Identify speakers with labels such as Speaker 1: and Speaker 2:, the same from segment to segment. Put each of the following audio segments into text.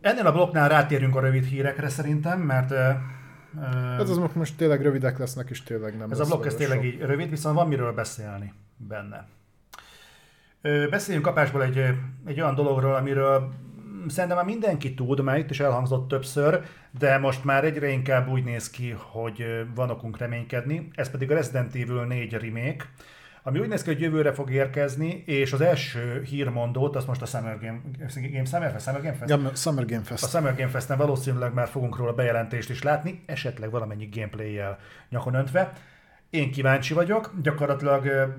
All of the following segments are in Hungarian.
Speaker 1: Ennél a blokknál rátérünk a rövid hírekre szerintem, mert
Speaker 2: Hát az most tényleg rövidek lesznek, és tényleg nem
Speaker 1: ez a
Speaker 2: lesz
Speaker 1: blokk ez
Speaker 2: vele
Speaker 1: tényleg
Speaker 2: sok.
Speaker 1: így rövid, viszont van miről beszélni benne. Beszéljünk kapásból egy olyan dologról, amiről szerintem már mindenki tud, mert itt is elhangzott többször, de most már egyre inkább úgy néz ki, hogy van okunk reménykedni. Ez pedig a Resident Evil 4 remake, ami úgy néz ki, hogy jövőre fog érkezni, és az első hírmondót, azt most a Summer Game Fest?
Speaker 2: Ja, Summer Game
Speaker 1: A
Speaker 2: Fest.
Speaker 1: Summer Game Festen valószínűleg már fogunk róla bejelentést is látni, esetleg valamennyi gameplay-jel nyakon öntve. Én kíváncsi vagyok, gyakorlatilag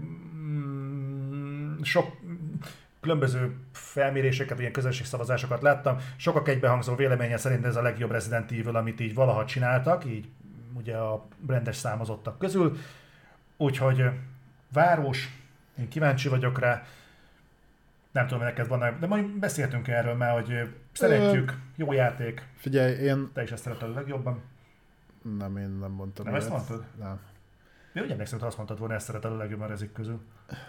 Speaker 1: sok különböző felméréseket, ilyen közönségszavazásokat láttam. Sokak egybehangzó véleménye szerint ez a legjobb Resident Evil, amit így valaha csináltak, így ugye a rendes számozottak közül. Úgyhogy város, én kíváncsi vagyok rá. Nem tudom, hogy neked van, de majd beszéltünk erről már, hogy szeretjük, jó játék.
Speaker 2: Figyelj, én...
Speaker 1: Te is ezt szereted a legjobban.
Speaker 2: Nem, én nem mondtam.
Speaker 1: Nem ezt mondtad?
Speaker 2: Nem.
Speaker 1: Én úgy emlékszem, hogy azt mondtad volna, ezt szereted a legjobban a rezik közül.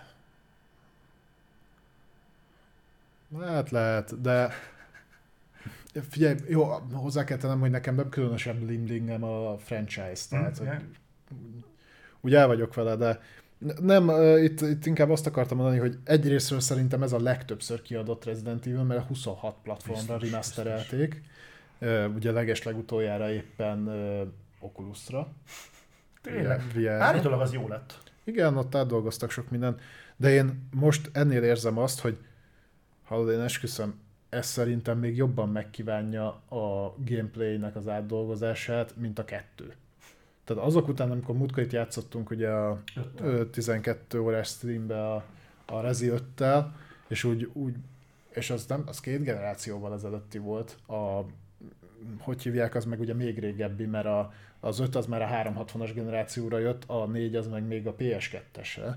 Speaker 2: Lehet, de... Figyelj, jó, hozzá kell tennem, hogy nekem nem különösebb bling a franchise, tehát úgy el vagyok vele, de nem, itt inkább azt akartam mondani, hogy egyrésztről szerintem ez a legtöbbször kiadott Resident Evil, mert 26 platformra remasterelték. Ugye legeslegutoljára éppen Oculusra.
Speaker 1: Tényleg?
Speaker 2: VR-ra.
Speaker 1: Állítólag az jó lett.
Speaker 2: Igen, ott átdolgoztak sok mindent, de én most ennél érzem azt, hogy hallod, én esküszöm, ez szerintem még jobban megkívánja a gameplaynek az átdolgozását, mint a 2. Tehát azok után, amikor múltkor itt játszottunk ugye a 12 órás streambe a Rezi 5-tel, és és az 2 generációval ezelőtti volt, hogy hívják, az meg ugye még régebbi, mert az 5 az már a 360-as generációra jött, a 4 az meg még a PS2-esre.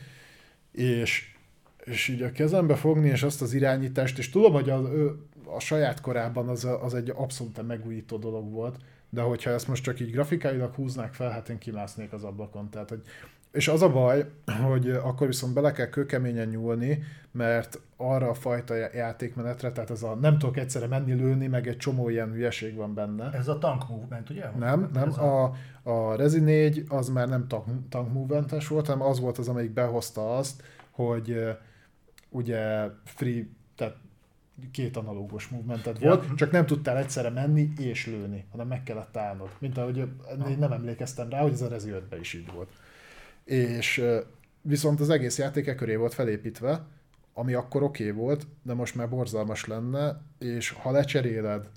Speaker 2: És így a kezembe fogni, és azt az irányítást, és tudom, hogy a saját korában az egy abszolút megújító dolog volt, de hogyha ezt most csak így grafikáilag húznák fel, hát én kimásznék az ablakon. Tehát, és az a baj, hogy akkor viszont bele kell kőkeményen nyúlni, mert arra a fajta játékmenetre, tehát ez a nem tudok egyszerre menni, lőni, meg egy csomó ilyen hülyeség van benne.
Speaker 1: Ez a tank movement, ugye?
Speaker 2: Nem. A Resi 4 az már nem tank movementes volt, hanem az volt az, amelyik behozta azt, hogy ugye free, tehát 2 analógos movemented volt, csak nem tudtál egyszerre menni és lőni, hanem meg kellett állnod. Mint ahogy nem emlékeztem rá, hogy ez a Resi 5-ben is így volt. És viszont az egész játék köré volt felépítve, ami akkor oké volt, de most már borzalmas lenne, és ha lecseréled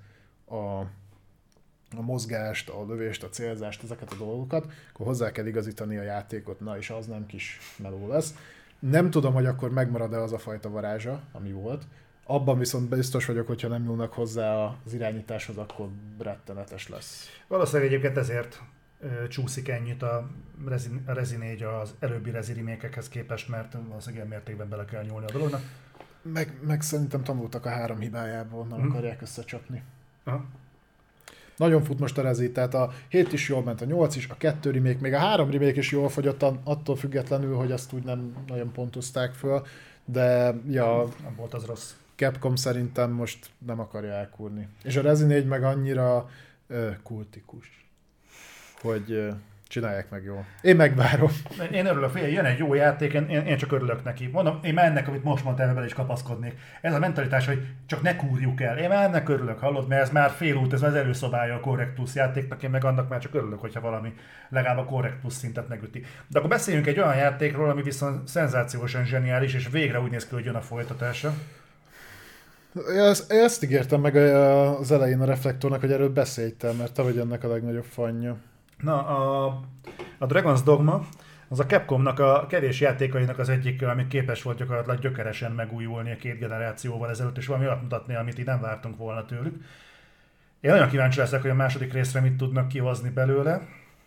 Speaker 2: a mozgást, a lövést, a célzást, ezeket a dolgokat, akkor hozzá kell igazítani a játékot, na és az nem kis meló lesz. Nem tudom, hogy akkor megmarad-e az a fajta varázsa, ami volt. Abban viszont biztos vagyok, hogyha nem nyúlnak hozzá az irányításhoz, akkor rettenetes lesz.
Speaker 1: Valószínűleg egyébként ezért csúszik ennyit a Resi 4 az előbbi Resi remake-ekhez képest, mert valószínűleg ilyen mértékben bele kell nyúlni a dolognak.
Speaker 2: Meg szerintem tanultak a 3 hibájából, nem akarják összecsapni.
Speaker 1: Aha.
Speaker 2: Nagyon fut most a Resi, tehát a 7 is jól ment, a 8 is, a 2 remake, még a 3 remake is jól fogyott, attól függetlenül, hogy azt úgy nem nagyon pontozták föl, de ja,
Speaker 1: nem volt az rossz.
Speaker 2: Capcom szerintem most nem akarja elkúrni. És a Resi 4 meg annyira kultikus, hogy csinálják meg jól. Én megvárom.
Speaker 1: Én örülök, figyelj, jön egy jó játék, én csak örülök neki. Mondom, én már ennek, amit most mondtál, ebben is kapaszkodnék. Ez a mentalitás, hogy csak ne kúrjuk el. Én már ennek örülök, hallod, mert ez már félút, ez az előszobája a Correct Plus játéknak, én meg annak már csak örülök, hogyha valami legalább a Correct Plus szintet megüti. De akkor beszéljünk egy olyan játékról, ami viszont szenzációsan zseniális, és végre úgy néz ki, hogy jön a folytatása.
Speaker 2: Ezt ígértem meg az elején a Reflektornak, hogy erről beszéltem, mert te vagy ennek a legnagyobb fanja.
Speaker 1: Na, a Dragon's Dogma az a Capcomnak a kevés játékainak az egyik, ami képes volt gyakorlatilag gyökeresen megújulni a 2 generációval ezelőtt, és valami olyat mutatni, amit így nem vártunk volna tőlük. Én nagyon kíváncsi leszek, hogy a második részre mit tudnak kihozni belőle.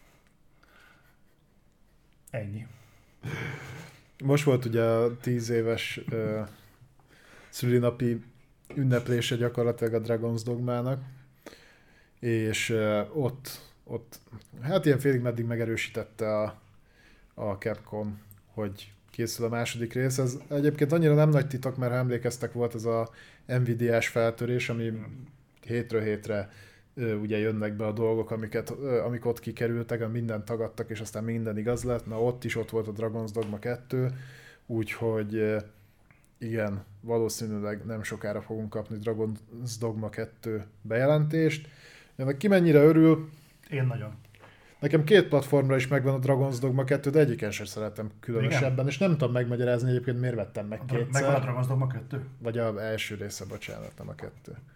Speaker 1: Ennyi.
Speaker 2: Most volt ugye a 10 éves szülinapi ünneplése gyakorlatilag a Dragon's Dogmának, és ott hát ilyen félig meddig megerősítette a Capcom, hogy készül a második rész. Ez egyébként annyira nem nagy titok, mert ha emlékeztek, volt ez a Nvidia-s feltörés, ami hétről hétre ugye jönnek be a dolgok, amik ott kikerültek, mindent tagadtak, és aztán minden igaz lett. Na ott volt a Dragon's Dogma 2, úgyhogy igen, valószínűleg nem sokára fogunk kapni Dragon's Dogma 2 bejelentést. Ennek ki mennyire örül?
Speaker 1: Én nagyon.
Speaker 2: Nekem 2 platformra is megvan a Dragon's Dogma 2, de egyiken sem szeretem különösebben, igen? És nem tudom megmagyarázni egyébként, miért vettem meg kétszer.
Speaker 1: Megvan a Dragon's Dogma 2?
Speaker 2: Vagy az első része, bocsánat, nem a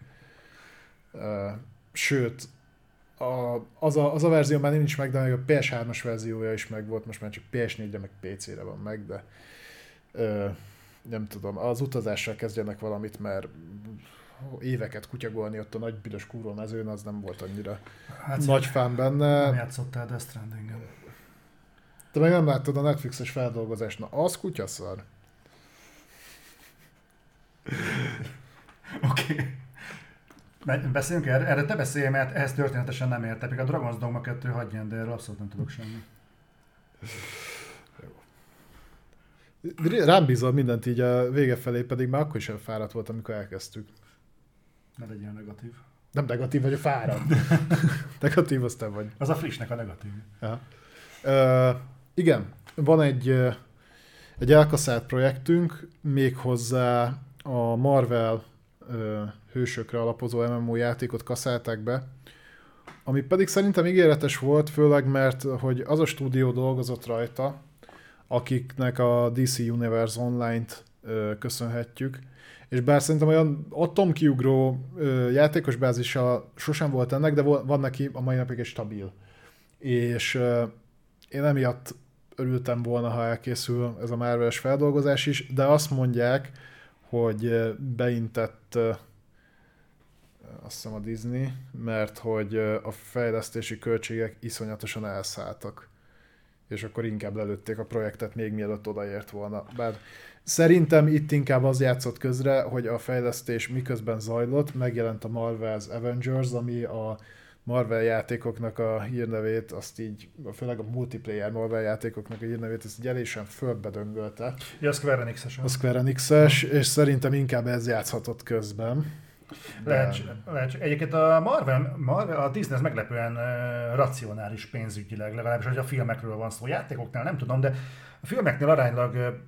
Speaker 2: 2. Sőt, az a verzió már nincs meg, de még a PS3-as verziója is meg volt, most már csak PS4-re, meg PC-re van meg, de nem tudom, az utazással kezdjenek valamit, mert éveket kutyagolni ott a nagy büdös kurva mezőn, az nem volt annyira nagy fán benne.
Speaker 1: Nem játszottál Death Strandingen.
Speaker 2: Te meg nem láttad a Netflixes feldolgozást, na az kutyaszar.
Speaker 1: Oké. Beszéljünk erre te beszélj, mert ehhez történetesen nem értek. Még a Dragon's Dogma 2 hagyján, de erről abszolút nem tudok semmi.
Speaker 2: Rám bízol mindent így a vége felé, pedig már akkor is fáradt volt, amikor elkezdtük.
Speaker 1: Ne legyen negatív.
Speaker 2: Nem negatív vagy, a fáradt. Negatív az te vagy.
Speaker 1: Az a frissnek a negatív.
Speaker 2: Ja. Igen, van egy elkaszált projektünk, méghozzá a Marvel hősökre alapozó MMO játékot kaszálták be, ami pedig szerintem ígéretes volt, főleg mert hogy az a stúdió dolgozott rajta, akiknek a DC Universe Online-t köszönhetjük, és bár szerintem olyan atomkiugró játékos bázisa sosem volt ennek, de van neki a mai napig egy stabil. És én emiatt örültem volna, ha elkészül ez a Marvel-es feldolgozás is, de azt mondják, hogy beintett azt hiszem a Disney, mert hogy a fejlesztési költségek iszonyatosan elszálltak. És akkor inkább lelőtték a projektet még mielőtt odaért volna. Bár szerintem itt inkább az játszott közre, hogy a fejlesztés miközben zajlott, megjelent a Marvel's Avengers, ami a Marvel játékoknak a hírnevét, azt így, főleg a multiplayer Marvel játékoknak a hírnevét, ezt így elésen fölbedöngölte.
Speaker 1: Ja, a Square Enix-es.
Speaker 2: A Square Enix-es, és szerintem inkább ez játszhatott közben.
Speaker 1: Lehet. Egyébként a Marvel, a Disney ez meglepően racionális pénzügyileg, legalábbis, hogy a filmekről van szó. Játékoknál nem tudom, de a filmeknél aránylag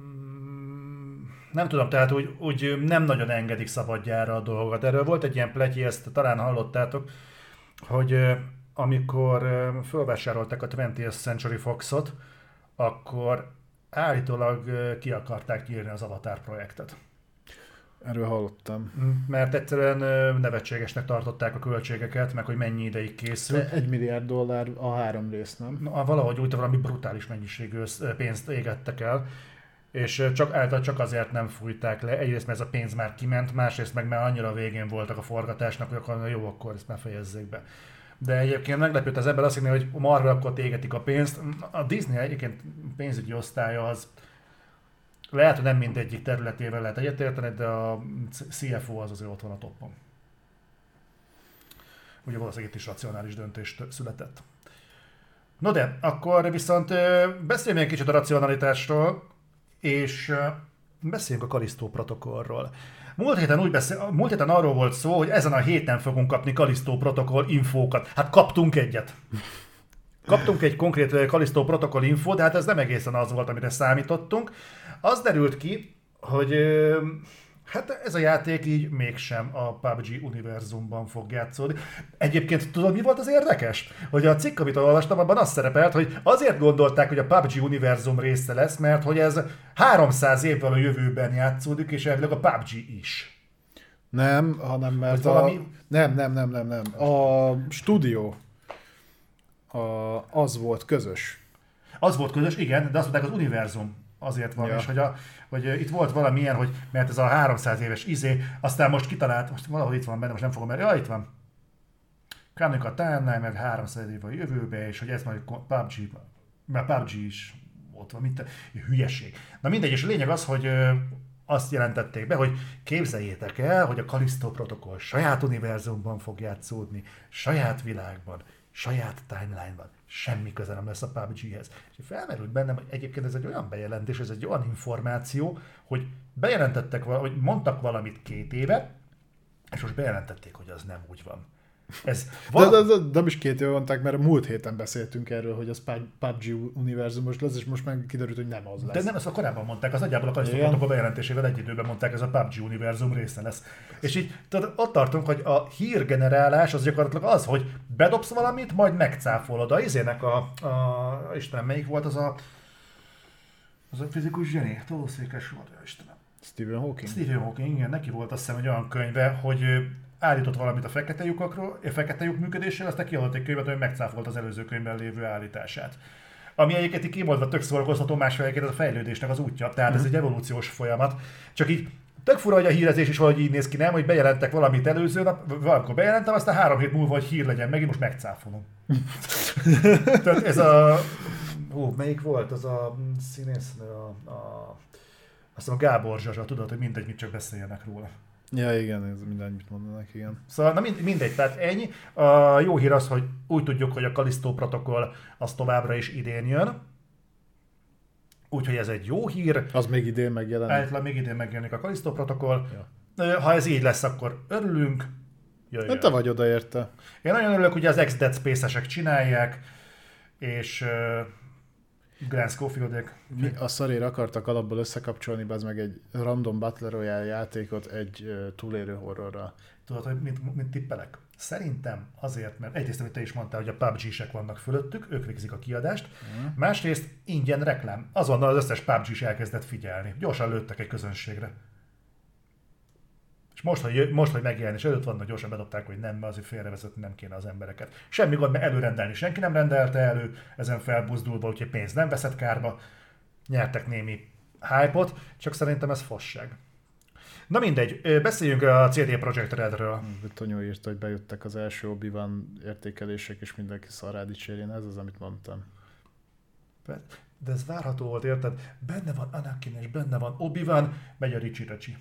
Speaker 1: nem tudom, tehát úgy nem nagyon engedik szabadjára a dolgokat. Erről volt egy ilyen pletyé, ezt talán hallottátok, hogy amikor fölvásárolták a 20th Century Foxot, akkor állítólag ki akarták írni az Avatar projektet.
Speaker 2: Erről hallottam.
Speaker 1: Mert egyszerűen nevetségesnek tartották a költségeket, meg hogy mennyi ideig készül.
Speaker 2: $1 milliárd a 3 rész, nem?
Speaker 1: Valahogy úgy, valami brutális mennyiségű pénzt égettek el, és csak azért nem fújták le. Egyrészt, mert ez a pénz már kiment, másrészt meg már annyira végén voltak a forgatásnak, hogy akkor jó, akkor ezt már fejezzék be. De egyébként meglepőt az ember azt hinni, hogy a Marvel akkor égetik a pénzt. A Disney egyébként pénzügyi osztálya az lehet, hogy nem mindegyik területével lehet egyetérteni, de a CFO az azért ott van a toppon. Ugye valószínűleg itt is racionális döntést született. No de, akkor viszont beszéljünk egy kicsit a racionalitásról, és beszéljünk a Callisto protokollról. Múlt héten arról volt szó, hogy ezen a héten fogunk kapni Callisto protokoll infókat. Hát kaptunk egyet. Kaptunk egy konkrét Callisto protokoll infót, de hát ez nem egészen az volt, amire számítottunk. Az derült ki, hogy hát ez a játék így mégsem a PUBG univerzumban fog játszódni. Egyébként tudod, mi volt az érdekes? Hogy a cikk, amit olvastam, abban az szerepelt, hogy azért gondolták, hogy a PUBG univerzum része lesz, mert hogy ez 300 évvel a jövőben játszódik, és elvileg a PUBG is.
Speaker 2: Nem, hanem mert Nem. A stúdió az volt közös.
Speaker 1: Az volt közös, igen, de azt mondták, az univerzum azért van, és hogy itt volt valamilyen, hogy mert ez a 300 éves aztán most kitalált, most valahol itt van benne, most nem fogom el, itt van. Coming a timeline, meg 300 év a jövőbe, és hogy ez majd PUBG, mert PUBG is ott van, mint hülyeség. Na mindegy, és a lényeg az, hogy azt jelentették be, hogy képzeljétek el, hogy a Callisto protokoll saját univerzumban fog játszódni, saját világban, saját timeline-ban. Semmi köze nem lesz a PUBG-hez. És felmerült bennem, hogy egyébként ez egy olyan bejelentés, ez egy olyan információ, hogy bejelentettek, hogy mondtak valamit 2 éve, És most bejelentették, hogy az nem úgy van. Ez
Speaker 2: de is 2 éve mondták, mert múlt héten beszéltünk erről, hogy az PUBG univerzumos lesz, és most már kiderült, hogy nem az lesz.
Speaker 1: De nem, ezt korábban mondták, az nagyjából a Callisto Protocol bejelentésével egy időben mondták, ez a PUBG univerzum része lesz. És így ott tartunk, hogy a hírgenerálás az gyakorlatilag az, hogy bedobsz valamit, majd megcáfolod. A izének Istenem, melyik volt az a fizikus zseni? Tolószékes volt, Istenem.
Speaker 2: Stephen
Speaker 1: Hawking, igen, neki volt azt hiszem egy olyan könyve, hogy állított valamit a fekete lyuk működésével, aztán kiadott egy könyvet, hogy megcáfolt az előző könyvben lévő állítását. Ami egyébként így kimondva tök szórakoztató, másfél ez a fejlődésnek az útja, tehát ez egy evolúciós folyamat. Csak így tök fura, hogy a hírezés is valahogy így néz ki, nem? Hogy bejelentek valamit előző nap, valamikor bejelentem, aztán 3 hét múlva, hogy hír legyen megint, most megcáfolom. Tehát ez melyik volt az a színésznő, azt hiszem a Gábor Zsazsa, tudod, hogy mindegy, mit csak beszéljenek róla.
Speaker 2: Ja, igen, ez mindegy, mit mondanak, igen.
Speaker 1: Szóval na mindegy, tehát ennyi. A jó hír az, hogy úgy tudjuk, hogy a Callisto Protocol az továbbra is idén jön. Úgyhogy ez egy jó hír.
Speaker 2: Az még idén megjelenik.
Speaker 1: Általában még idén megjelenik a Callisto Protocol. Ja. Ha ez így lesz, akkor örülünk.
Speaker 2: Jöjjön. Te vagy odaérte.
Speaker 1: Én nagyon örülök, hogy az Dead Space-esek csinálják, és Grant Schofieldek.
Speaker 2: A szarér akartak alapból összekapcsolni, az meg egy random Battle Royale játékot egy túlélő horrorral.
Speaker 1: Tudod, hogy mint tippelek? Szerintem azért, mert egyrészt, amit te is mondtál, hogy a PUBG-sek vannak fölöttük, ők végzik a kiadást, másrészt ingyen reklám. Azonnal az összes PUBG-s elkezdett figyelni. Gyorsan lőttek egy közönségre. És most, hogy megjelenés előtt vannak, gyorsan bedobták, hogy nem, mert azért félrevezetni nem kéne az embereket. Semmi gond, mert előrendelni senki nem rendelte elő, ezen felbuzdulva, úgyhogy pénzt nem veszett kárba. Nyertek némi hype-ot, csak szerintem ez fasság. Na mindegy, beszéljünk a CD Projekt Redről.
Speaker 2: Tonyó írta, hogy bejöttek az első Obi-Wan értékelések, és mindenki szarrá dicsérjen, ez az, amit mondtam.
Speaker 1: De ez várható volt, érted? Benne van Anakin, és benne van Obi-Wan, megy a Ricsi-Racsi.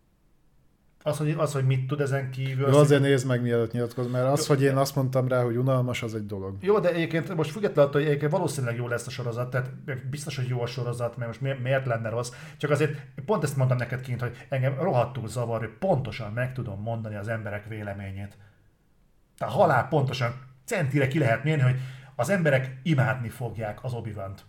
Speaker 1: Az, hogy mit tud ezen kívül...
Speaker 2: Jó, azért nézd meg, mielőtt nyilatkozom, mert az, hogy én azt mondtam rá, hogy unalmas, az egy dolog.
Speaker 1: Jó, de egyébként most függetlenül attól, hogy egyébként valószínűleg jó lesz a sorozat, tehát biztos, hogy jó a sorozat, mert most miért lenne rossz. Csak azért pont ezt mondtam neked kint, hogy engem rohadtul zavar, hogy pontosan meg tudom mondani az emberek véleményét. Tehát halál pontosan, centire ki lehet mérni, hogy az emberek imádni fogják az Obi-Wan-t.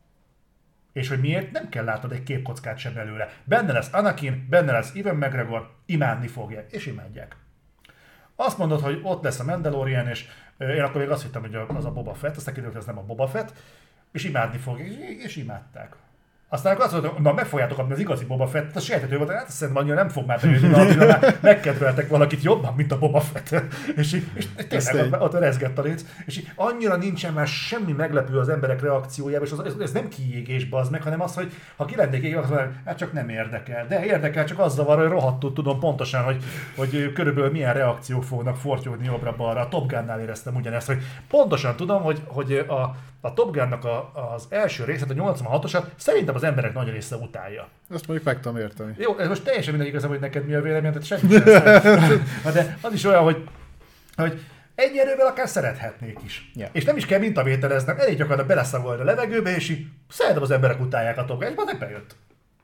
Speaker 1: És hogy miért? Nem kell látnod egy képkockát sem belőle. Benne lesz Anakin, benne lesz Ewan McGregor, imádni fogják, és imádják. Azt mondod, hogy ott lesz a Mandalorian, és én akkor még azt hittem, hogy az a Boba Fett, aztán kiderült, hogy ez nem a Boba Fett, és imádni fogják, és imádták. Aztán akkor azt mondtam, na meg fogjátok kapni az igazi Boba Fett, az sejtető volt, hát szerintem annyira nem fog már bejönni, már megkedveltek valakit jobban, mint a Boba Fett. És tényleg ott rezgett a léc, és így annyira nincsen már semmi meglepő az emberek reakciójában, és ez nem kiégés bazd meg, hanem az, hogy ha ki lennék égve, azt mondanám, hát csak nem érdekel. De érdekel, csak az zavar, hogy rohadtul tudom pontosan, hogy körülbelül milyen reakciók fognak fortyogni jobbra-balra. A Top Gunnál éreztem ugyanezt, hogy pontosan tudom, hogy a Top Gun-nak az első részét, a 86-osat szerintem az emberek nagy része utálja.
Speaker 2: Ezt mondjuk meg tudom érteni.
Speaker 1: Jó, ez most teljesen mindegy igazán, hogy neked mi a vélemény, tehát semmi sem. De az is olyan, hogy egy erővel akár szerethetnék is. Yeah. És nem is kell mintavételeznem, elég gyakorlatilag beleszagolni a levegőbe, és így szerintem az emberek utálják a Top Gun, és majd bejött.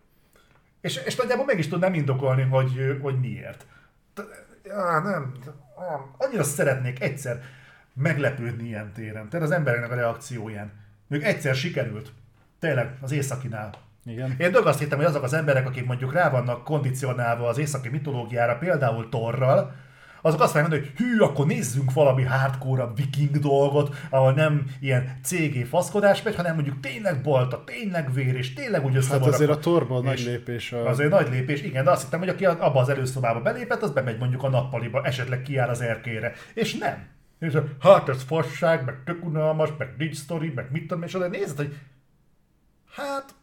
Speaker 1: És nagyjából meg is tudnám indokolni, hogy miért. Nem. Annyira szeretnék egyszer meglepődni ilyen téren. Tehát az embereknek a reakcióján. Még egyszer sikerült. Tényleg, az északinál.
Speaker 2: Igen.
Speaker 1: Én azt hittem, hogy azok az emberek, akik mondjuk rá vannak kondicionálva az északi mitológiára, például Thorral, azok azt mondják, hogy hű, akkor nézzünk valami hardcore viking dolgot, ahol nem ilyen CG faszkodás megy, hanem mondjuk tényleg balta, tényleg vér, és tényleg úgy összevarrak.
Speaker 2: Hát azért a Thorból nagy lépés.
Speaker 1: Azért nagy lépés, igen, de azt hittem, hogy aki abba az előszobába belépett, az bemegy mondjuk a nappaliba, esetleg kiáll az erkére. És nem. És hát ez fasság, meg tök unalmas, meg nincs sztori, meg mit tudom, és oda nézed, hogy hát...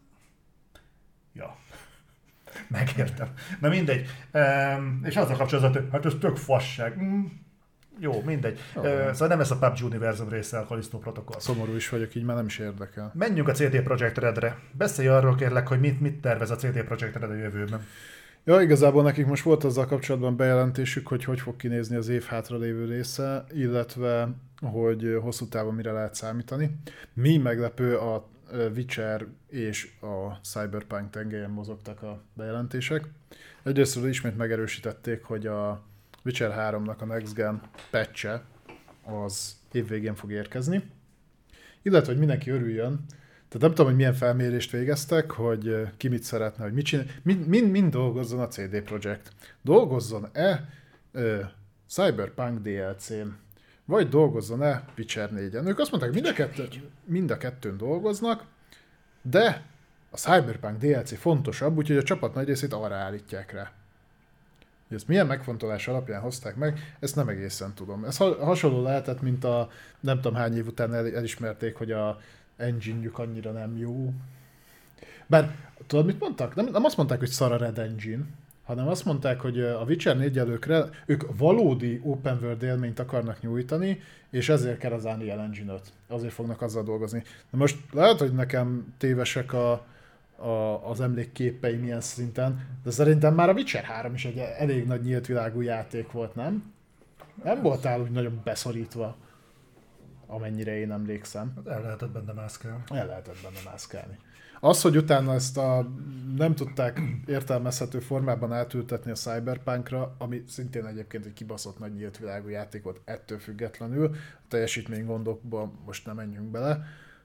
Speaker 1: Ja. Megértem. Na mindegy. És azzal kapcsolatban, hogy hát ez tök fasság. Jó, mindegy. Szóval nem ez a PUBG univerzum része a Callisto Protocol.
Speaker 2: Szomorú is vagyok, így már nem is érdekel.
Speaker 1: Menjünk a CD Projekt Redre. Beszélj arról kérlek, hogy mit tervez a CD Projekt Red a jövőben.
Speaker 2: Ja, igazából nekik most volt azzal kapcsolatban bejelentésük, hogy fog kinézni az év hátralévő része, illetve hogy hosszú távon mire lehet számítani. Mi meglepő, a Witcher és a Cyberpunk tengelyen mozogtak a bejelentések. Egyrésztről ismét megerősítették, hogy a Witcher 3-nak a Next Gen patch-e az évvégén fog érkezni. Illetve, hogy mindenki örüljön. Tehát nem tudom, hogy milyen felmérést végeztek, hogy ki mit szeretne, hogy mit csinál. Mind dolgozzon a CD Projekt. Dolgozzon-e Cyberpunk DLC-n? Vagy dolgozzon-e Witcher 4-en? Ők azt mondták, mind a kettőn dolgoznak, de a Cyberpunk DLC fontosabb, úgyhogy a csapat nagy részét arra állítják rá. Hogy ezt milyen megfontolás alapján hozták meg, ezt nem egészen tudom. Ez hasonló lehetett, mint a nem tudom hány év után elismerték, hogy a engine-jük annyira nem jó. Bár tudod, mit mondtak? Nem azt mondták, hogy szar a Red Engine, hanem azt mondták, hogy a Witcher 4 előkre ők valódi open world élményt akarnak nyújtani, és ezért kell az Unreal Engine 5. Azért fognak azzal dolgozni. De most lehet, hogy nekem tévesek az emlékképeim ilyen szinten, de szerintem már a Witcher 3 is egy elég nagy nyílt világú játék volt, nem? Nem voltál úgy nagyon beszorítva, amennyire én emlékszem.
Speaker 1: El lehetett benne mászkálni.
Speaker 2: Az, hogy utána ezt nem tudták értelmezhető formában átültetni a Cyberpunkra, ami szintén egyébként egy kibaszott nagy nyílt világú játék volt ettől függetlenül, a teljesítménygondokba most nem menjünk bele.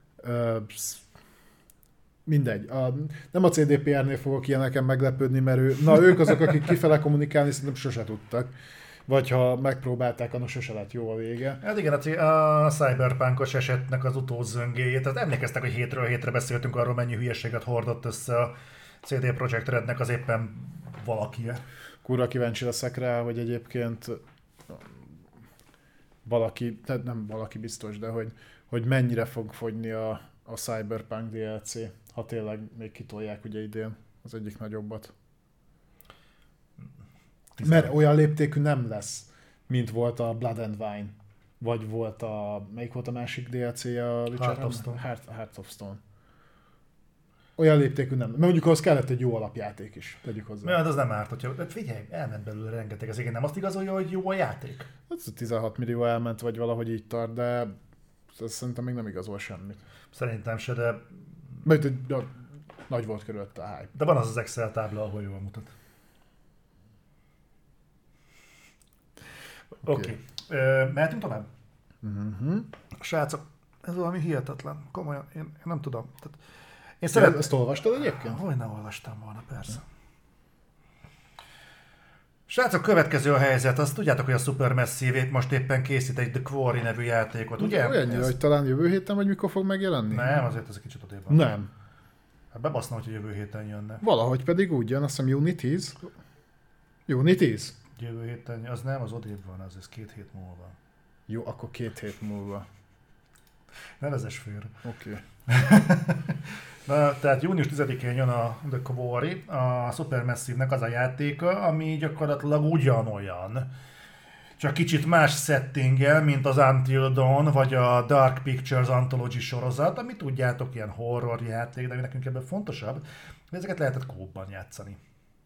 Speaker 2: Mindegy. Nem a CDPR-nél fogok ilyeneken meglepődni, mert ők azok, akik kifele kommunikálni szerintem sose tudtak. Vagy ha megpróbálták, annak sose lett jó a vége.
Speaker 1: Hát igen, a Cyberpunkos esetnek az utózöngéjét, tehát emlékeztek, hogy hétről hétre beszéltünk arról, mennyi hülyeséget hordott össze a CD Projekt Rednek az éppen valakie.
Speaker 2: Kurva kíváncsi leszek rá, hogy egyébként valaki, tehát nem valaki biztos, de hogy mennyire fog fogyni a Cyberpunk DLC, ha tényleg még kitolják ugye idén az egyik nagyobbat. Mert olyan léptékű nem lesz, mint volt a Blood and Wine, vagy volt melyik volt a másik DLC-je a
Speaker 1: Heart of Stone.
Speaker 2: Heart of Stone. Olyan léptékű nem. Mert mondjuk ahhoz kellett egy jó alapjáték is, tegyük hozzá.
Speaker 1: Mert az nem árt, hogyha... Figyelj, elment belőle rengeteg, ez igen nem azt igazolja, hogy jó a játék.
Speaker 2: Hát 16 millió elment, vagy valahogy így tart, de szerintem még nem igazol semmit.
Speaker 1: Szerintem se, de...
Speaker 2: Mert nagy volt körülötte a hype.
Speaker 1: De van az Excel tábla, ahol jól mutat. Oké. Mehetünk tovább? Srácok, ez valami hihetetlen. Komolyan, én nem tudom. Tehát,
Speaker 2: Ezt olvastad egyébként?
Speaker 1: Hogy ne olvastam volna, persze. Srácok, következő a helyzet. Azt tudjátok, hogy a Supermassive most éppen készít egy The Quarry nevű játékot, ugye?
Speaker 2: Olyannyira, hogy talán jövő héten, vagy mikor fog megjelenni?
Speaker 1: Nem, azért ez egy kicsit odébb van.
Speaker 2: Nem.
Speaker 1: Hát bebaszna, hogy jövő héten jönne.
Speaker 2: Valahogy pedig úgy jön, azt hiszem Júni 10. Júni 10?
Speaker 1: Jövő héten, az nem, az odébb van, az 2 hét múlva.
Speaker 2: Jó, akkor 2 hét múlva.
Speaker 1: Ne vezess félre.
Speaker 2: Oké.
Speaker 1: Na, tehát június 10-én jön a The Quarry, a Supermassive-nek az a játéka, ami gyakorlatilag ugyanolyan. Csak kicsit más settinggel, mint az Until Dawn, vagy a Dark Pictures Anthology sorozat, ami tudjátok, ilyen horror játék, de nekünk ebben fontosabb, hogy ezeket lehetett kópban játszani.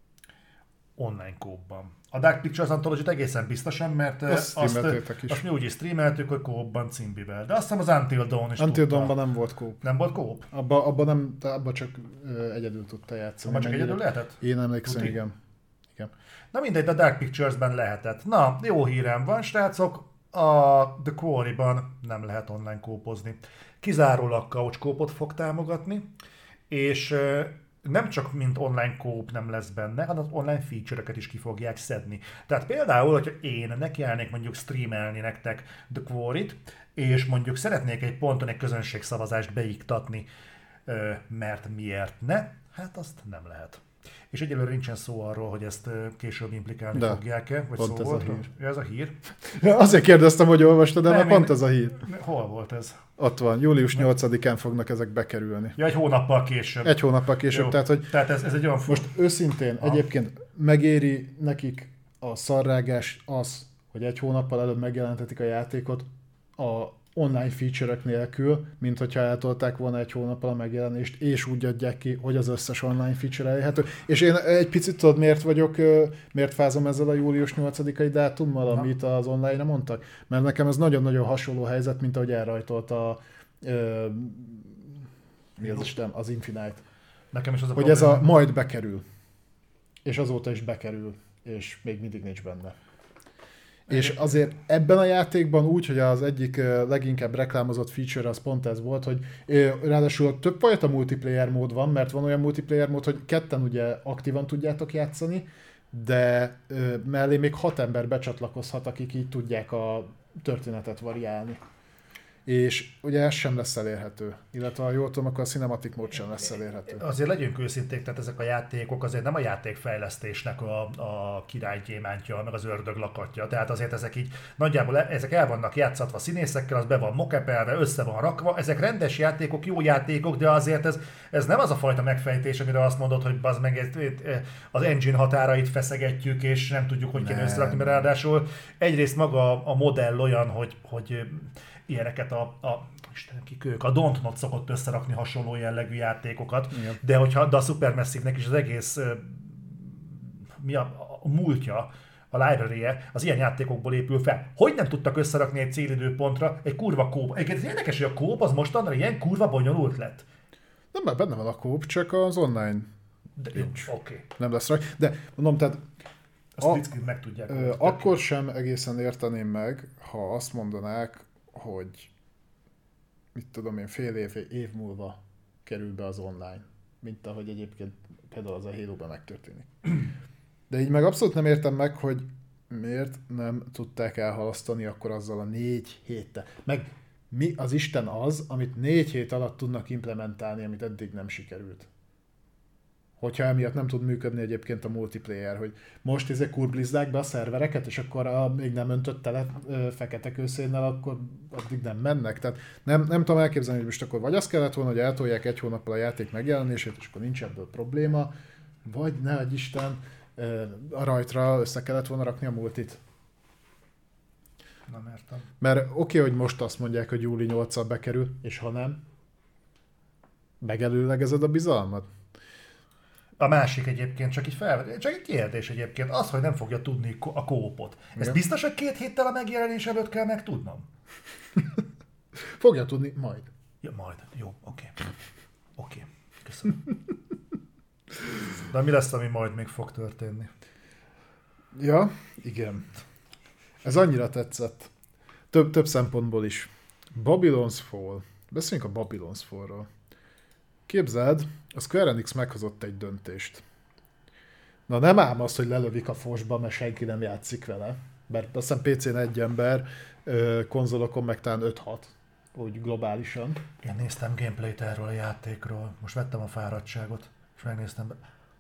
Speaker 1: Online kópban. A Dark Pictures Anthology-t egészen biztosan, mert azt mi úgy is streameltük, hogy kópban cimbivel. De azt hiszem az Until Dawn is
Speaker 2: Until Dawn-ban nem volt kóp.
Speaker 1: Nem volt kóp?
Speaker 2: Abban csak egyedül tudta játszani.
Speaker 1: Abban csak egyedül lehetett?
Speaker 2: Én emlékszem, igen.
Speaker 1: Na mindegy, de a Dark Pictures-ben lehetett. Na, jó hírem van, srácok, a The Quarry-ban nem lehet online kópozni. Kizárólag couch kópot fog támogatni, és nem csak mint online kóp nem lesz benne, hanem az online feature-öket is ki fogják szedni. Tehát például, hogyha én nekiállnék mondjuk streamelni nektek The Quarry-t, és mondjuk szeretnék egy ponton egy közönségszavazást beiktatni, mert miért ne? Hát azt nem lehet. És egyelőre nincsen szó arról, hogy ezt később implikálni fogják-e, vagy
Speaker 2: pont
Speaker 1: szó
Speaker 2: ez
Speaker 1: volt?
Speaker 2: a hír.
Speaker 1: Ja, ez a hír?
Speaker 2: Azért kérdeztem, hogy olvastad, de
Speaker 1: nem,
Speaker 2: pont ez a hír.
Speaker 1: Hol volt ez?
Speaker 2: Ott van, július 8-án fognak ezek bekerülni.
Speaker 1: Ja, egy hónappal később.
Speaker 2: Egy hónappal később,
Speaker 1: jó.
Speaker 2: Tehát
Speaker 1: ez egy olyan...
Speaker 2: Most őszintén, egyébként megéri nekik a szarrágás az, hogy egy hónappal előbb megjelentetik a játékot a online feature-ök nélkül, mint hogyha eltolták volna egy hónappal a megjelenést, és úgy adják ki, hogy az összes online feature elérhető. És én egy picit tudod, miért fázom ezzel a július 8-ai dátummal, amit az online-ra mondtak? Mert nekem ez nagyon-nagyon hasonló helyzet, mint ahogy elrajtolt az Infinite.
Speaker 1: Nekem is az a
Speaker 2: hogy ez majd bekerül. És azóta is bekerül, és még mindig nincs benne. És azért ebben a játékban úgy, hogy az egyik leginkább reklámozott feature az pont ez volt, hogy ráadásul többfajta multiplayer mód van, mert van olyan multiplayer mód, hogy ketten ugye aktívan tudjátok játszani, de mellé még 6 ember becsatlakozhat, akik így tudják a történetet variálni. És ugye ez sem lesz elérhető. Illetve ha jól tudom, akkor a cinematic mód sem lesz elérhető.
Speaker 1: Azért legyünk őszinték, tehát ezek a játékok azért nem a játékfejlesztésnek a királygyémántja, meg az ördög lakatja. Tehát azért ezek így nagyjából ezek el vannak játszatva színészekkel, az be van mokepelve, össze van rakva. Ezek rendes játékok, jó játékok, de azért ez nem az a fajta megfejtés, amire azt mondod, hogy bazd meg az engine határait feszegetjük, és nem tudjuk, hogy kell összerakni, mert ráadásul egyrészt maga a modell olyan, hogy ilyeneket Istenem, kik ők, a Dontnod szokott összerakni hasonló jellegű játékokat, igen. De a Supermassive-nek is az egész a múltja, a library-je az ilyen játékokból épül fel. Hogy nem tudtak összerakni egy célidőpontra egy kurva kóp? Egyébként ez érdekes, hogy a kóp az mostanra ilyen kurva bonyolult lett.
Speaker 2: Nem, mert benne van a kóp, csak az online
Speaker 1: Oké.
Speaker 2: Nem lesz rajta. De mondom, tehát
Speaker 1: meg tudják.
Speaker 2: Akkor sem egészen érteném meg, ha azt mondanák, hogy mit tudom én, fél év múlva kerül be az online, mint ahogy egyébként például az a Halo-ban megtörténik. De így meg abszolút nem értem meg, hogy miért nem tudták elhalasztani akkor azzal a 4 héttel. Meg mi az Isten az, amit 4 hét alatt tudnak implementálni, amit eddig nem sikerült. Hogyha emiatt nem tud működni egyébként a multiplayer, hogy most kurblizzák be a szervereket, és akkor még nem öntött tele fekete kőszénnel, akkor addig nem mennek. Tehát nem tudom elképzelni, hogy most akkor vagy azt kellett volna, hogy eltolják 1 hónappal a játék megjelenését, és akkor nincs ebből probléma, vagy ne adj Isten, a rajtra össze kellett volna rakni a multit.
Speaker 1: Nem értem.
Speaker 2: Mert oké, hogy most azt mondják, hogy júli 8-al bekerül, és ha nem, megelőlegezed a bizalmat?
Speaker 1: A másik egyébként, csak egy kérdés egyébként, az, hogy nem fogja tudni a kópot. Ez biztos, hogy 2 héttel a megjelenés előtt kell megtudnom?
Speaker 2: Fogja tudni majd.
Speaker 1: Ja, majd. Jó, oké. Köszönöm. De mi lesz, ami majd még fog történni?
Speaker 2: Ja, igen. Ez annyira tetszett. Több szempontból is. Babylon's Fall. Beszéljünk a Babylon's Fall-ról. Képzeld, a Square Enix meghozott egy döntést. Na nem ám az, hogy lelövik a fosba, mert senki nem játszik vele. Mert azt hiszem PC-n 1 ember, konzolokon meg talán 5-6, úgy globálisan.
Speaker 1: Én néztem gameplayt erről a játékról. Most vettem a fáradtságot, és megnéztem.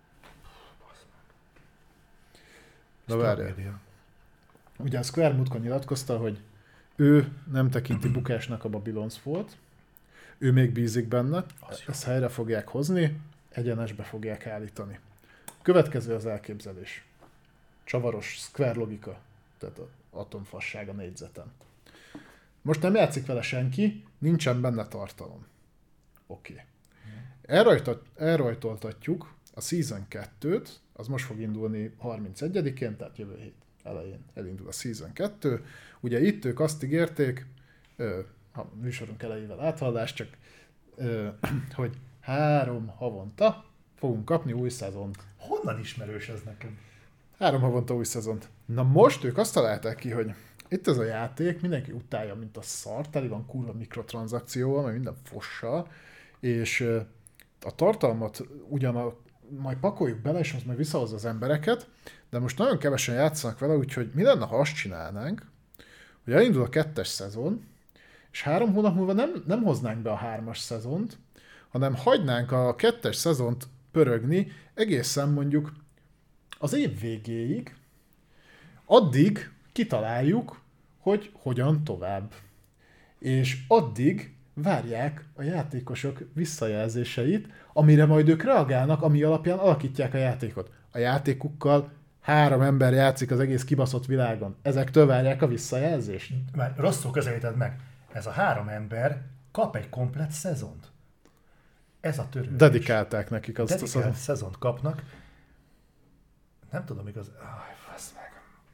Speaker 2: Na várjál. Ugye a Square múltkor nyilatkozta, hogy ő nem tekinti bukásnak a Babylon's Fall-t, ő még bízik benne, ezt helyre fogják hozni, egyenesbe fogják állítani. Következő az elképzelés. Csavaros Square logika, tehát az atomfasság a négyzeten. Most nem játszik vele senki, nincsen benne tartalom. Oké. Elrajtoltatjuk a Season 2-t, az most fog indulni 31-én, tehát jövő hét elején elindul a Season 2. Ugye itt ők azt ígérték, a műsorunk elejével áthallás, csak hogy 3 havonta fogunk kapni új szezont.
Speaker 1: Honnan ismerős ez nekem?
Speaker 2: 3 havonta új szezont. Na most ők azt találták ki, hogy itt ez a játék, mindenki utálja, mint a szar, teli van kurva mikrotranszakcióval, meg minden fossal, és a tartalmat majd pakoljuk bele, és most majd visszahozza az embereket, de most nagyon kevesen játszanak vele, úgyhogy mi lenne, ha azt csinálnánk, hogy elindul a 2. szezon, és 3 hónap múlva nem hoznánk be a 3-as szezont, hanem hagynánk a 2. szezont pörögni egészen mondjuk az év végéig, addig kitaláljuk, hogy hogyan tovább. És addig várják a játékosok visszajelzéseit, amire majd ők reagálnak, ami alapján alakítják a játékot. A játékukkal 3 ember játszik az egész kibaszott világon. Ezektől várják a visszajelzést.
Speaker 1: Már rosszul közelíted meg. Ez a 3 ember kap egy komplett szezont. Ez a törődés.
Speaker 2: Dedikálták nekik azt
Speaker 1: Dedikált szezont kapnak. Nem tudom igaz. Fasz meg.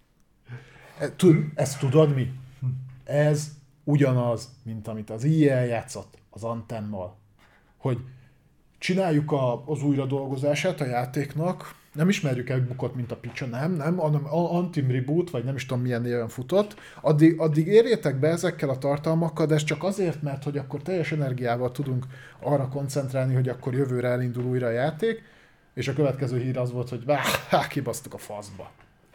Speaker 2: Ezt tudod mi? Ez ugyanaz, mint amit az EA játszott az Anthemmal. Hogy csináljuk az újradolgozását a játéknak, nem ismerjük el, hogy bukott, mint a picsa, nem, hanem Antim Reboot, vagy nem is tudom milyen néven futott, addig érjétek be ezekkel a tartalmakkal, de ez csak azért, mert hogy akkor teljes energiával tudunk arra koncentrálni, hogy akkor jövőre elindul újra a játék, és a következő hír az volt, hogy kibasztuk a faszba.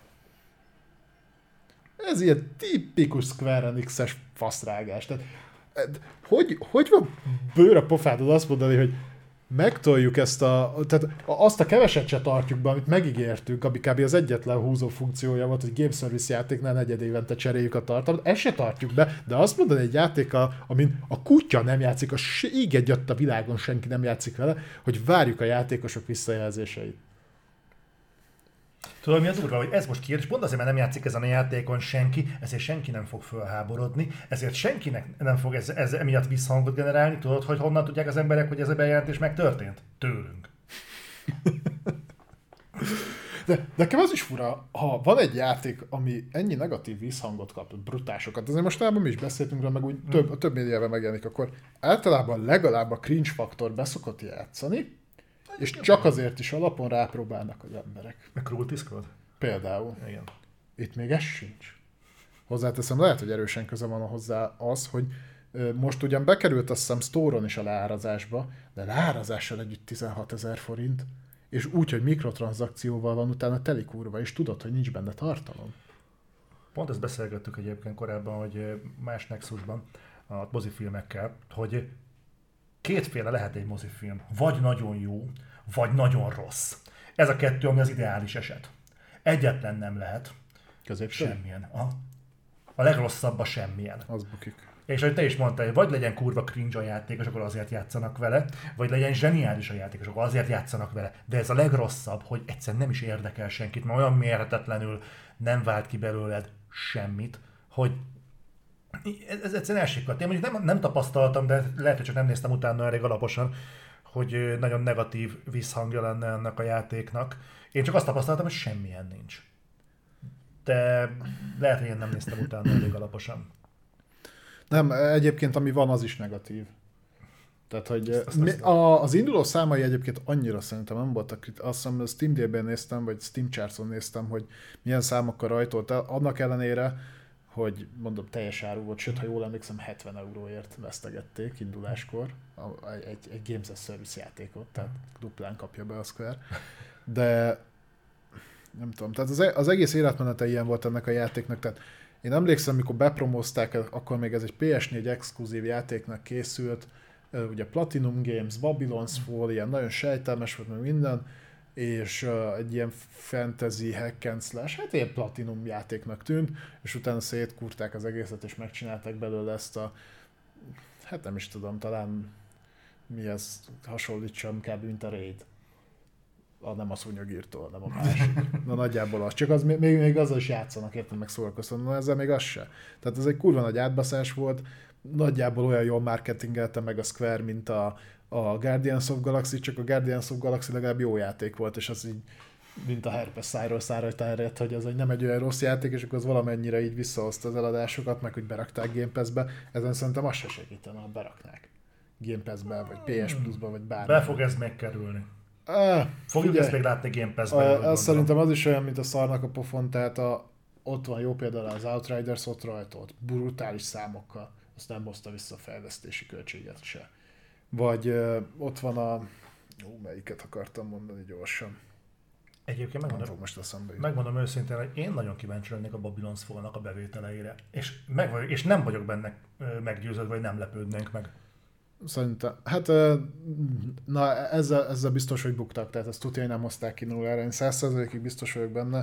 Speaker 2: Ez ilyen tipikus Square Enix-es faszrágás. Tehát, hogy van bőr a pofádon azt mondani, hogy megtoljuk tehát azt a keveset se tartjuk be, amit megígértünk, ami kb. Az egyetlen húzó funkciója volt, hogy Game Service játéknál negyed évente cseréljük a tartalmat, ezt se tartjuk be, de azt mondani egy játékkal, amin a kutya nem játszik, a ég egyat a világon senki nem játszik vele, hogy várjuk a játékosok visszajelzéseit.
Speaker 1: Tudod, mi az durva, hogy ez most kérdés, pont azért, mert nem játszik ezen a játékon senki, ezért senki nem fog fölháborodni, ezért senkinek nem fog ez emiatt visszhangot generálni. Tudod, hogy honnan tudják az emberek, hogy ez a bejelentés megtörtént? Tőlünk.
Speaker 2: De nekem az is fura, ha van egy játék, ami ennyi negatív visszhangot kap, brutásokat, azért mostában mi is beszéltünk rá, meg úgy több médiában megjelenik, akkor általában legalább a cringe faktor beszokott játszani, és csak azért is alapon rápróbálnak az emberek.
Speaker 1: Meg Cruelty-squad?
Speaker 2: Például.
Speaker 1: Igen.
Speaker 2: Itt még ez sincs. Hozzáteszem, lehet, hogy erősen köze van hozzá az, hogy most ugyan bekerült azt hiszem Store-on is a leárazásba, de leárazással együtt 16 000 forint, és úgy, hogy mikrotranszakcióval van utána teli kurva, és tudod, hogy nincs benne tartalom.
Speaker 1: Pont ezt beszélgettük egyébként korábban, hogy más Nexusban, a mozifilmekkel, hogy kétféle lehet egy mozifilm. Vagy nagyon jó, vagy nagyon rossz. Ez a kettő, ami az ideális eset. Egyetlen nem lehet.
Speaker 2: Középső?
Speaker 1: Semmilyen. A legrosszabb a semmilyen.
Speaker 2: Az bukik.
Speaker 1: És ahogy te is mondtál, hogy vagy legyen kurva cringe a játék, és akkor azért játszanak vele, vagy legyen zseniális a játék, és akkor azért játszanak vele. De ez a legrosszabb, hogy egyszerűen nem is érdekel senkit, mert olyan mérhetetlenül nem vált ki belőled semmit, hogy ez egyszerűen elsikladt. Én mondjuk nem tapasztaltam, de lehet, hogy csak nem néztem utána elég alaposan, hogy nagyon negatív visszhangja lenne ennek a játéknak. Én csak azt tapasztaltam, hogy semmilyen nincs. De lehet, hogy én nem néztem utána elég alaposan.
Speaker 2: Nem, egyébként ami van, az is negatív. Tehát, hogy az induló számai egyébként annyira szerintem nem voltak, azt hiszem Steam Day-ben néztem, vagy Steam Charts-on néztem, hogy milyen számokkal rajtolt el, annak ellenére, hogy mondom teljes áru volt, sőt, ha jól emlékszem, 70 euróért vesztegették induláskor egy Games as Service játékot, tehát duplán kapja be a Square. De nem tudom, tehát az egész életmenete ilyen volt ennek a játéknak, tehát én emlékszem, mikor bepromózták, akkor még ez egy PS4 exkluzív játéknak készült, ugye Platinum Games, Babylon's Fall, ilyen nagyon sejtelmes volt meg minden, és egy ilyen fantasy hack and slash, hát ilyen Platinum játéknak tűnt, és utána szétkúrták az egészet, és megcsinálták belőle ezt a, hát nem is tudom, talán mi ez hasonlítsam kb. Mint a Raid. Nem a szúnyogírtól, nem a másik. Na nagyjából az. Csak az, még azzal is játszanak, értem, meg szórakoztanak, na ezzel még az se. Tehát ez egy kurva nagy átbaszás volt, nagyjából olyan jól marketingelte meg a Square, mint a Guardians of Galaxy, csak a Guardians of Galaxy legalább jó játék volt, és az így, mint a herpes szájról szára terjedt, hogy az nem egy olyan rossz játék, és akkor az valamennyire így visszahozta az eladásokat, meg hogy berakták Game Pass-be. Ezen szerintem azt se segítene, ha beraknák Game Pass-be, vagy PS Plus-ba, vagy bármi.
Speaker 1: Be fog ez megkerülni. Fogjuk ezt még látni Game Pass-ben.
Speaker 2: Szerintem az is olyan, mint a szarnak a pofon, tehát ott van jó például az Outriders, ott rajtolt, brutális számokkal, azt nem hozta vissza a fejlesztési költséget se. Vagy ott van melyiket akartam mondani gyorsan.
Speaker 1: Egyébként megmondom őszintén, hogy én nagyon kíváncsi lennék a Babylon's Fall-nak a bevételeire, és nem vagyok benne meggyőződve, hogy nem lepődnénk meg.
Speaker 2: Szerintem, hát na ezzel biztos, hogy buktak, tehát ezt tudja, hogy nem hozták ki nullára, én 100%-ig biztos vagyok benne.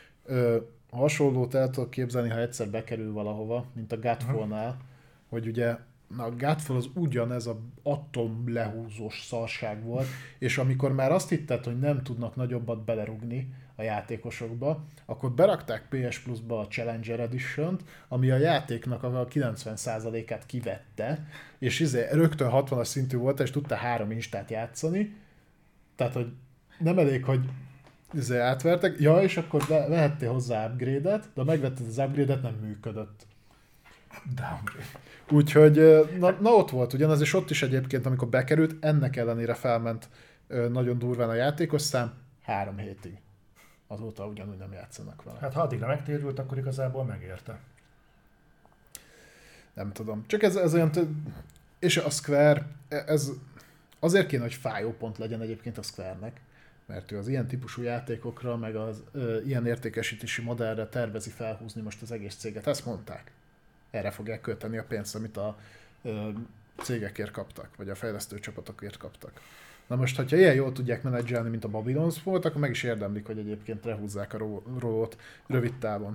Speaker 2: Hasonlót el tudok képzelni, ha egyszer bekerül valahova, mint a Godfall-nál, hogy ugye a Godfall az ugyanez a atom lehúzós szarság volt, és amikor már azt hitted, hogy nem tudnak nagyobbat belerugni a játékosokba, akkor berakták PS Plus-ba a Challenger Edition-t, ami a játéknak a 90%-át kivette, és rögtön 60-as szintű volt, és tudta 3 instát játszani, tehát, hogy nem elég, hogy átvertek, ja, és akkor vehettél hozzá upgrade-et, de megvetted az upgrade-et, nem működött. Úgyhogy, na ott volt ugyanaz, és ott is egyébként, amikor bekerült, ennek ellenére felment nagyon durván a játékos szám, 3 hétig. Azóta ugyanúgy nem játszanak vele.
Speaker 1: Hát ha addigra megtérült, akkor igazából megérte.
Speaker 2: Nem tudom. Csak ez olyan... És a Square, ez azért kéne, hogy fájó pont legyen egyébként a Square-nek, mert ő az ilyen típusú játékokra, meg az ilyen értékesítési modellre tervezi felhúzni most az egész céget. Ezt mondták. Erre fogják költeni a pénzt, amit a cégekért kaptak, vagy a fejlesztő csapatokért kaptak. Na most, hogyha ilyen jól tudják menedzselni, mint a Babylons volt, akkor meg is érdemlik, hogy egyébként lehúzzák a rolót rövid távon.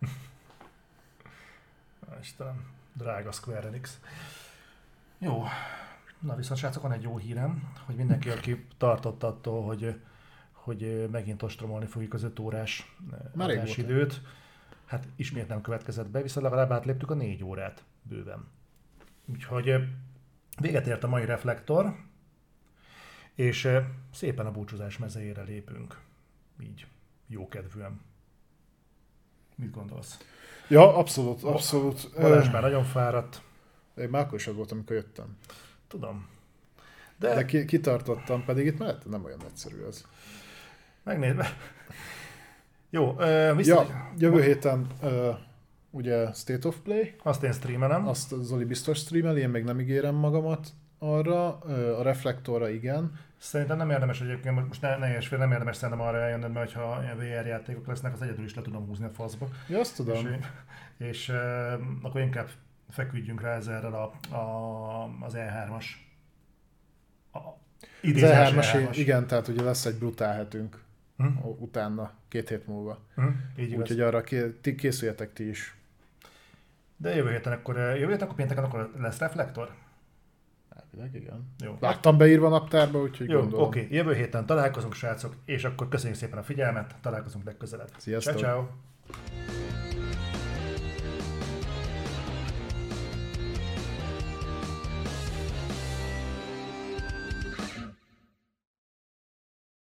Speaker 1: Istenem, drága Square Enix. Jó, na viszont srácok, van egy jó hírem, hogy mindenki, aki tartott attól, hogy megint ostromolni fogjuk az 5 órás időt, hát ismét nem következett be, viszont legalább átléptük a 4 órát bőven. Úgyhogy véget ért a mai reflektor, és szépen a búcsúzás mezejére lépünk. Így, jókedvűen. Mit gondolsz?
Speaker 2: Ja, abszolút, abszolút.
Speaker 1: Balázs már nagyon fáradt.
Speaker 2: Én már akkor is az volt, amikor jöttem.
Speaker 1: Tudom.
Speaker 2: De kitartottam, pedig itt mellett nem olyan egyszerű ez.
Speaker 1: Megnézve. Jó,
Speaker 2: jövő héten ugye State of Play.
Speaker 1: Azt én streamelem.
Speaker 2: Azt Zoli biztos streamel, én még nem ígérem magamat arra. A reflektorra igen.
Speaker 1: Szerintem nem érdemes egyébként, most ne érts fél, nem érdemes szerintem arra eljönnöd, mert ha ilyen VR játékok lesznek, az egyedül is le tudom húzni a faszba.
Speaker 2: Ja, azt tudom.
Speaker 1: És akkor inkább feküdjünk rá ezzel az E3-as.
Speaker 2: Az E3-as, igen, tehát ugye lesz egy brutál hetünk utána, 2 hét múlva. Úgyhogy arra készüljetek ti is.
Speaker 1: De jövő héten akkor pénteken akkor lesz reflektor?
Speaker 2: Elvileg, igen.
Speaker 1: Jó.
Speaker 2: Láttam beírva naptárba, úgyhogy
Speaker 1: jó,
Speaker 2: gondolom.
Speaker 1: Oké, jövő héten találkozunk, srácok, és akkor köszönjük szépen a figyelmet, találkozunk legközelebb.
Speaker 2: Sziasztok!
Speaker 1: Ciao.